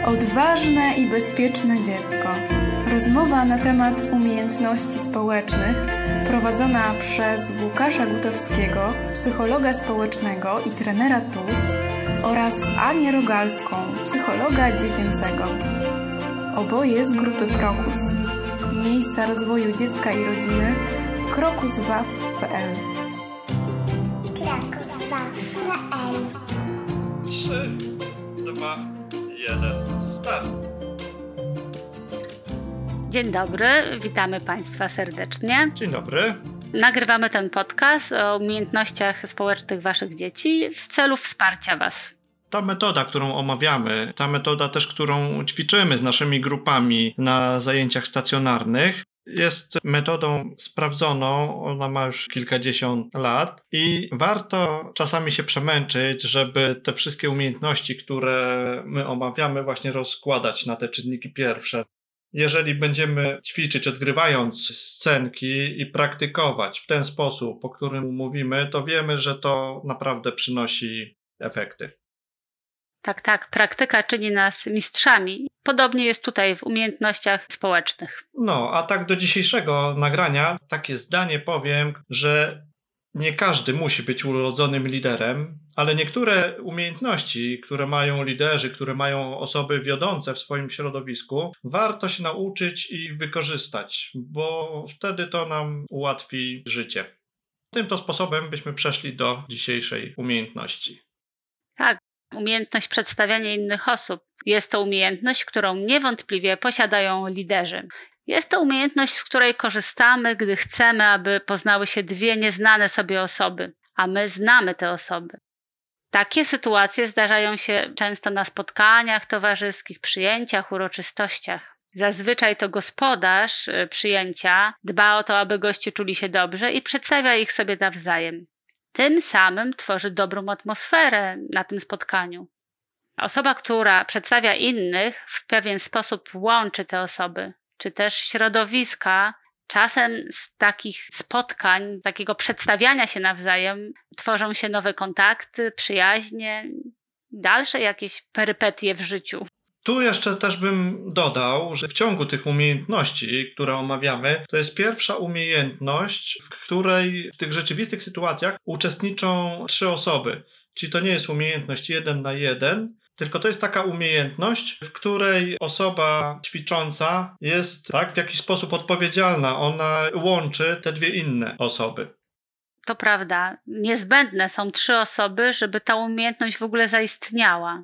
Odważne i bezpieczne dziecko. Rozmowa na temat umiejętności społecznych prowadzona przez Łukasza Gutowskiego, psychologa społecznego i trenera TUS oraz Anię Rogalską, psychologa dziecięcego. Oboje z grupy Krokus. Miejsca rozwoju dziecka i rodziny krokuswaw.pl. Krokuswaw.pl 3, 2, 1, start. Dzień dobry, witamy Państwa serdecznie. Dzień dobry. Nagrywamy ten podcast o umiejętnościach społecznych Waszych dzieci w celu wsparcia Was. Ta metoda, którą omawiamy, ta metoda też, którą ćwiczymy z naszymi grupami na zajęciach stacjonarnych, jest metodą sprawdzoną, ona ma już kilkadziesiąt lat i warto czasami się przemęczyć, żeby te wszystkie umiejętności, które my omawiamy, właśnie rozkładać na te czynniki pierwsze. Jeżeli będziemy ćwiczyć, odgrywając scenki i praktykować w ten sposób, o którym mówimy, to wiemy, że to naprawdę przynosi efekty. Tak, praktyka czyni nas mistrzami. Podobnie jest tutaj w umiejętnościach społecznych. No, a tak do dzisiejszego nagrania takie zdanie powiem, że nie każdy musi być urodzonym liderem, ale niektóre umiejętności, które mają liderzy, które mają osoby wiodące w swoim środowisku, warto się nauczyć i wykorzystać, bo wtedy to nam ułatwi życie. Tym to sposobem byśmy przeszli do dzisiejszej umiejętności. Tak, umiejętność przedstawiania innych osób. Jest to umiejętność, którą niewątpliwie posiadają liderzy. Jest to umiejętność, z której korzystamy, gdy chcemy, aby poznały się dwie nieznane sobie osoby, a my znamy te osoby. Takie sytuacje zdarzają się często na spotkaniach towarzyskich, przyjęciach, uroczystościach. Zazwyczaj to gospodarz przyjęcia dba o to, aby goście czuli się dobrze i przedstawia ich sobie nawzajem. Tym samym tworzy dobrą atmosferę na tym spotkaniu. Osoba, która przedstawia innych, w pewien sposób łączy te osoby, czy też środowiska. Czasem z takich spotkań, takiego przedstawiania się nawzajem tworzą się nowe kontakty, przyjaźnie, dalsze jakieś perypetie w życiu. Tu jeszcze też bym dodał, że w ciągu tych umiejętności, które omawiamy, to jest pierwsza umiejętność, w której w tych rzeczywistych sytuacjach uczestniczą 3 osoby. Czyli to nie jest umiejętność 1 na 1, tylko to jest taka umiejętność, w której osoba ćwicząca jest w jakiś sposób odpowiedzialna. Ona łączy te dwie inne osoby. To prawda. Niezbędne są 3 osoby, żeby ta umiejętność w ogóle zaistniała.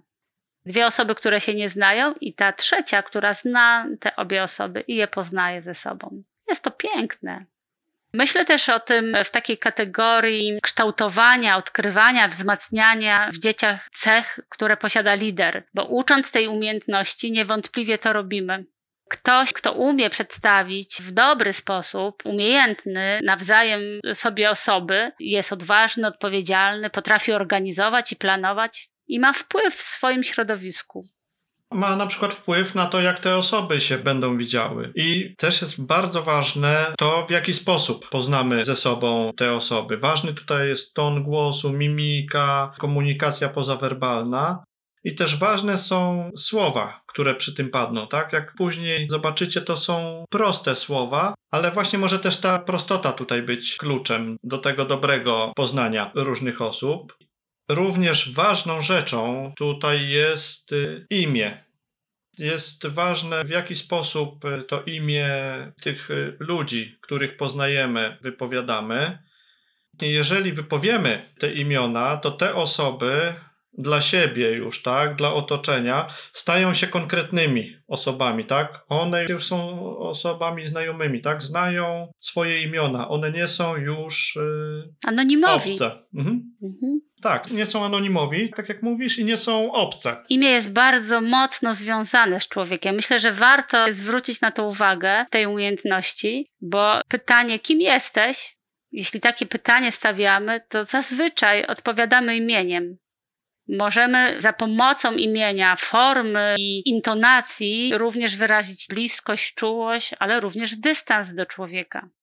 2 osoby, które się nie znają i ta trzecia, która zna te obie osoby i je poznaje ze sobą. Jest to piękne. Myślę też o tym w takiej kategorii kształtowania, odkrywania, wzmacniania w dzieciach cech, które posiada lider, bo ucząc tej umiejętności niewątpliwie to robimy. Ktoś, kto umie przedstawić w dobry sposób, umiejętny nawzajem sobie osoby, jest odważny, odpowiedzialny, potrafi organizować i planować i ma wpływ w swoim środowisku. Ma na przykład wpływ na to, jak te osoby się będą widziały. I też jest bardzo ważne to, w jaki sposób poznamy ze sobą te osoby. Ważny tutaj jest ton głosu, mimika, komunikacja pozawerbalna. I też ważne są słowa, które przy tym padną, tak? Jak później zobaczycie, to są proste słowa, ale właśnie może też ta prostota tutaj być kluczem do tego dobrego poznania różnych osób. Również ważną rzeczą tutaj jest imię. Jest ważne, w jaki sposób to imię tych ludzi, których poznajemy, wypowiadamy. Jeżeli wypowiemy te imiona, to te osoby dla siebie już, dla otoczenia, stają się konkretnymi osobami, One już są osobami znajomymi, znają swoje imiona. One nie są już anonimowi. Obce. Tak, nie są anonimowi, tak jak mówisz, i nie są obce. Imię jest bardzo mocno związane z człowiekiem. Myślę, że warto zwrócić na to uwagę w tej umiejętności, bo pytanie, kim jesteś, jeśli takie pytanie stawiamy, to zazwyczaj odpowiadamy imieniem. Możemy za pomocą imienia, formy i intonacji również wyrazić bliskość, czułość, ale również dystans do człowieka.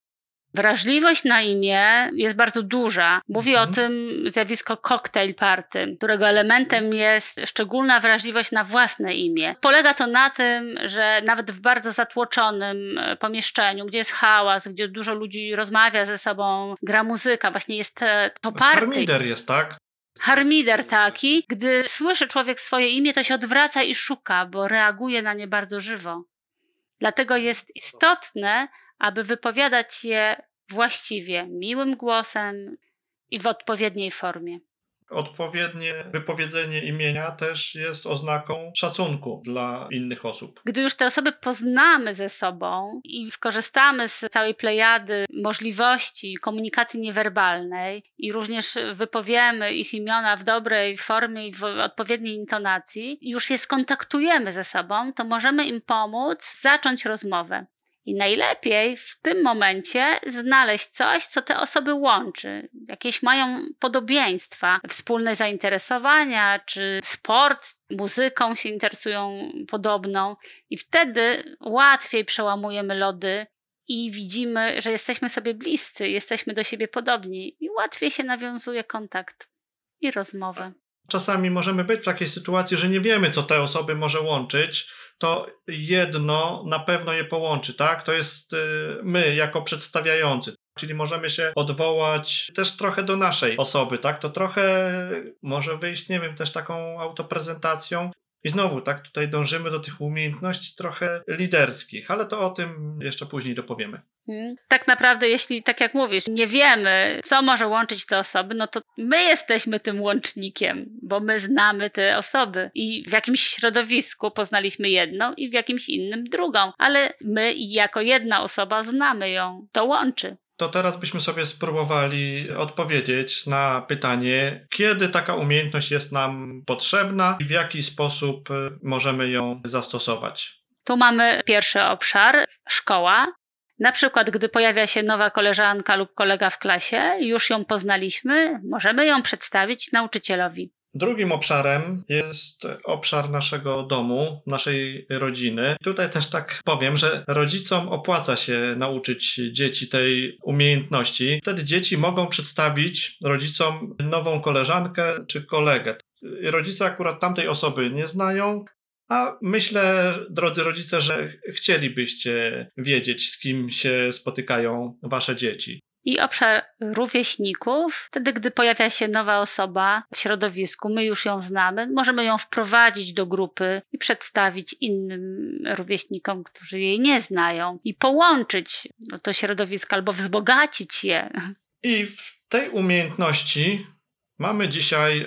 Wrażliwość na imię jest bardzo duża. Mówi o tym zjawisko cocktail party, którego elementem jest szczególna wrażliwość na własne imię. Polega to na tym, że nawet w bardzo zatłoczonym pomieszczeniu, gdzie jest hałas, gdzie dużo ludzi rozmawia ze sobą, gra muzyka, właśnie jest to party. Harmider jest, tak? Harmider taki, gdy słyszy człowiek swoje imię, to się odwraca i szuka, bo reaguje na nie bardzo żywo. Dlatego jest istotne, aby wypowiadać je właściwie, miłym głosem i w odpowiedniej formie. Odpowiednie wypowiedzenie imienia też jest oznaką szacunku dla innych osób. Gdy już te osoby poznamy ze sobą i skorzystamy z całej plejady możliwości komunikacji niewerbalnej i również wypowiemy ich imiona w dobrej formie i w odpowiedniej intonacji, już je skontaktujemy ze sobą, to możemy im pomóc zacząć rozmowę. I najlepiej w tym momencie znaleźć coś, co te osoby łączy. Jakieś mają podobieństwa, wspólne zainteresowania, czy sport, muzyką się interesują podobną. I wtedy łatwiej przełamujemy lody i widzimy, że jesteśmy sobie bliscy, jesteśmy do siebie podobni i łatwiej się nawiązuje kontakt i rozmowę. Czasami możemy być w takiej sytuacji, że nie wiemy, co te osoby może łączyć, to jedno na pewno je połączy, tak? To jest my jako przedstawiający, czyli możemy się odwołać też trochę do naszej osoby, tak? To trochę może wyjść, nie wiem, też taką autoprezentacją. I znowu, tak, tutaj dążymy do tych umiejętności trochę liderskich, ale to o tym jeszcze później dopowiemy. Tak naprawdę, jeśli, tak jak mówisz, nie wiemy, co może łączyć te osoby, no to my jesteśmy tym łącznikiem, bo my znamy te osoby i w jakimś środowisku poznaliśmy jedną i w jakimś innym drugą, ale my jako jedna osoba znamy ją, to łączy. To teraz byśmy sobie spróbowali odpowiedzieć na pytanie, kiedy taka umiejętność jest nam potrzebna i w jaki sposób możemy ją zastosować. Tu mamy pierwszy obszar, szkoła. Na przykład, gdy pojawia się nowa koleżanka lub kolega w klasie, już ją poznaliśmy, możemy ją przedstawić nauczycielowi. Drugim obszarem jest obszar naszego domu, naszej rodziny. Tutaj też tak powiem, że rodzicom opłaca się nauczyć dzieci tej umiejętności. Wtedy dzieci mogą przedstawić rodzicom nową koleżankę czy kolegę. Rodzice akurat tamtej osoby nie znają, a myślę, drodzy rodzice, że chcielibyście wiedzieć, z kim się spotykają wasze dzieci. I obszar rówieśników, wtedy gdy pojawia się nowa osoba w środowisku, my już ją znamy, możemy ją wprowadzić do grupy i przedstawić innym rówieśnikom, którzy jej nie znają i połączyć to środowisko albo wzbogacić je. I w tej umiejętności mamy dzisiaj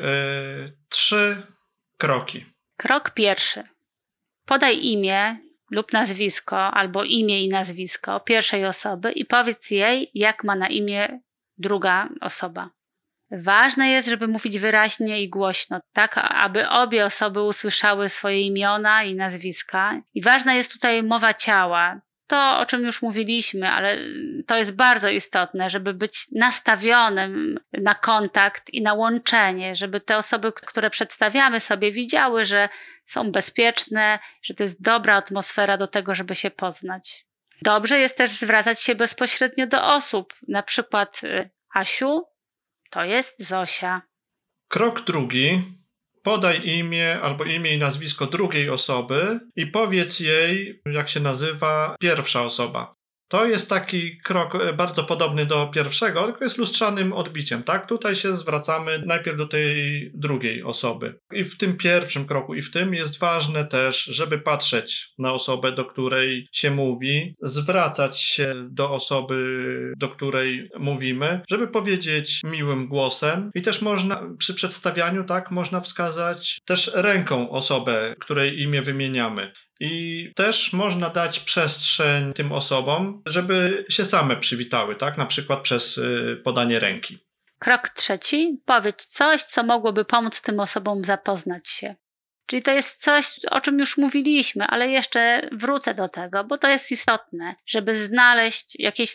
3 kroki. Krok pierwszy. Podaj imię lub nazwisko, albo imię i nazwisko pierwszej osoby i powiedz jej, jak ma na imię druga osoba. Ważne jest, żeby mówić wyraźnie i głośno, tak aby obie osoby usłyszały swoje imiona i nazwiska. I ważna jest tutaj mowa ciała. To, o czym już mówiliśmy, ale to jest bardzo istotne, żeby być nastawionym na kontakt i na łączenie, żeby te osoby, które przedstawiamy sobie, widziały, że są bezpieczne, że to jest dobra atmosfera do tego, żeby się poznać. Dobrze jest też zwracać się bezpośrednio do osób, na przykład Asiu, to jest Zosia. Krok drugi. Podaj imię albo imię i nazwisko drugiej osoby i powiedz jej, jak się nazywa pierwsza osoba. To jest taki krok bardzo podobny do pierwszego, tylko jest lustrzanym odbiciem, tak? Tutaj się zwracamy najpierw do tej drugiej osoby. I w tym pierwszym kroku i w tym jest ważne też, żeby patrzeć na osobę, do której się mówi, zwracać się do osoby, do której mówimy, żeby powiedzieć miłym głosem i też można przy przedstawianiu, tak, można wskazać też ręką osobę, której imię wymieniamy. I też można dać przestrzeń tym osobom, żeby się same przywitały, tak? Na przykład przez podanie ręki. Krok trzeci. Powiedz coś, co mogłoby pomóc tym osobom zapoznać się. Czyli to jest coś, o czym już mówiliśmy, ale jeszcze wrócę do tego, bo to jest istotne, żeby znaleźć jakieś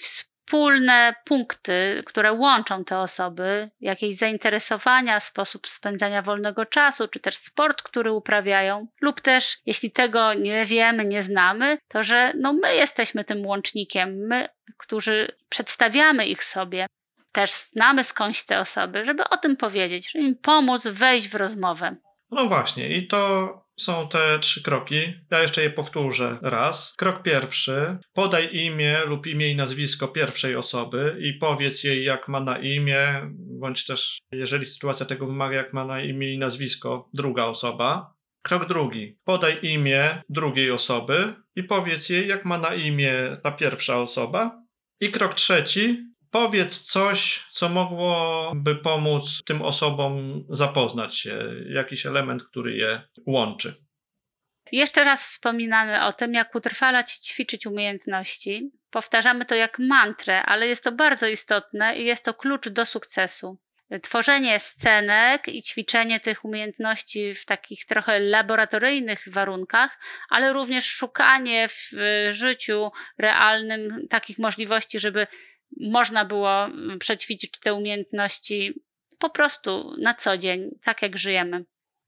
wspólne punkty, które łączą te osoby, jakieś zainteresowania, sposób spędzania wolnego czasu, czy też sport, który uprawiają, lub też, jeśli tego nie wiemy, nie znamy, to że my jesteśmy tym łącznikiem, my, którzy przedstawiamy ich sobie, też znamy skądś te osoby, żeby o tym powiedzieć, żeby im pomóc wejść w rozmowę. No właśnie, i to są te 3 kroki. Ja jeszcze je powtórzę raz. Krok pierwszy. Podaj imię lub imię i nazwisko pierwszej osoby i powiedz jej, jak ma na imię, bądź też, jeżeli sytuacja tego wymaga, jak ma na imię i nazwisko druga osoba. Krok drugi. Podaj imię drugiej osoby i powiedz jej, jak ma na imię ta pierwsza osoba. I krok trzeci. Powiedz coś, co mogłoby pomóc tym osobom zapoznać się, jakiś element, który je łączy. Jeszcze raz wspominamy o tym, jak utrwalać i ćwiczyć umiejętności. Powtarzamy to jak mantrę, ale jest to bardzo istotne i jest to klucz do sukcesu. Tworzenie scenek i ćwiczenie tych umiejętności w takich trochę laboratoryjnych warunkach, ale również szukanie w życiu realnym takich możliwości, żeby można było przećwiczyć te umiejętności po prostu na co dzień, tak jak żyjemy.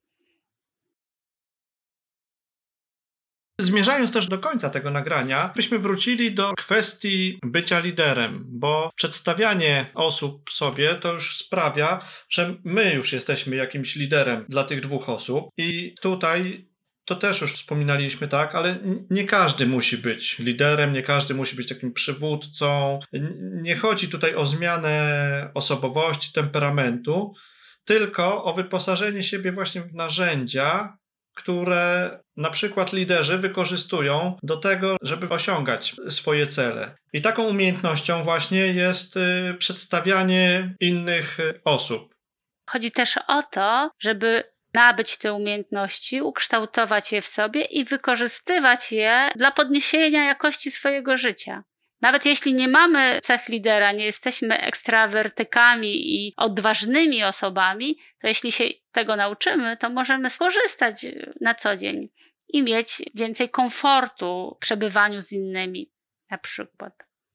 Zmierzając też do końca tego nagrania, byśmy wrócili do kwestii bycia liderem, bo przedstawianie osób sobie to już sprawia, że my już jesteśmy jakimś liderem dla tych 2 osób i tutaj to też już wspominaliśmy, tak, ale nie każdy musi być liderem, nie każdy musi być takim przywódcą. Nie chodzi tutaj o zmianę osobowości, temperamentu, tylko o wyposażenie siebie właśnie w narzędzia, które na przykład liderzy wykorzystują do tego, żeby osiągać swoje cele. I taką umiejętnością właśnie jest przedstawianie innych osób. Chodzi też o to, żeby nabyć te umiejętności, ukształtować je w sobie i wykorzystywać je dla podniesienia jakości swojego życia. Nawet jeśli nie mamy cech lidera, nie jesteśmy ekstrawertykami i odważnymi osobami, to jeśli się tego nauczymy, to możemy skorzystać na co dzień i mieć więcej komfortu w przebywaniu z innymi, na przykład.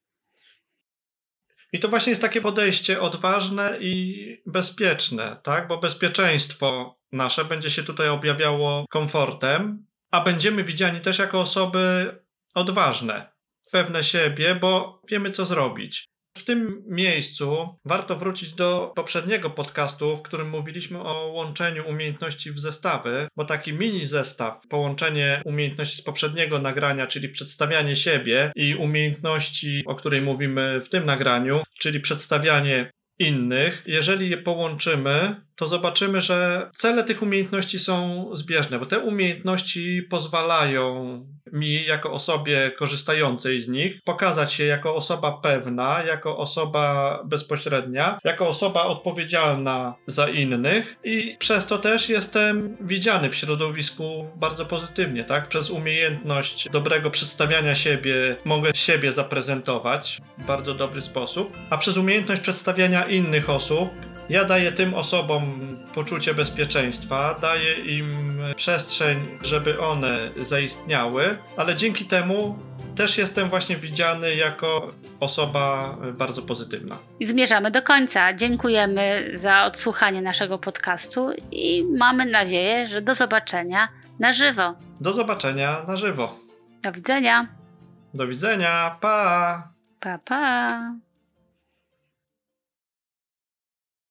I to właśnie jest takie podejście odważne i bezpieczne, tak? Bo bezpieczeństwo nasze będzie się tutaj objawiało komfortem, a będziemy widziani też jako osoby odważne, pewne siebie, bo wiemy, co zrobić. W tym miejscu warto wrócić do poprzedniego podcastu, w którym mówiliśmy o łączeniu umiejętności w zestawy, bo taki mini zestaw, połączenie umiejętności z poprzedniego nagrania, czyli przedstawianie siebie i umiejętności, o której mówimy w tym nagraniu, czyli przedstawianie innych, jeżeli je połączymy, to zobaczymy, że cele tych umiejętności są zbieżne, bo te umiejętności pozwalają mi jako osobie korzystającej z nich pokazać się jako osoba pewna, jako osoba bezpośrednia, jako osoba odpowiedzialna za innych i przez to też jestem widziany w środowisku bardzo pozytywnie, tak? Przez umiejętność dobrego przedstawiania siebie mogę siebie zaprezentować w bardzo dobry sposób, a przez umiejętność przedstawiania innych osób ja daję tym osobom poczucie bezpieczeństwa, daję im przestrzeń, żeby one zaistniały, ale dzięki temu też jestem właśnie widziany jako osoba bardzo pozytywna. I zmierzamy do końca. Dziękujemy za odsłuchanie naszego podcastu i mamy nadzieję, że do zobaczenia na żywo. Do zobaczenia na żywo. Do widzenia. Do widzenia. Pa! Pa, pa.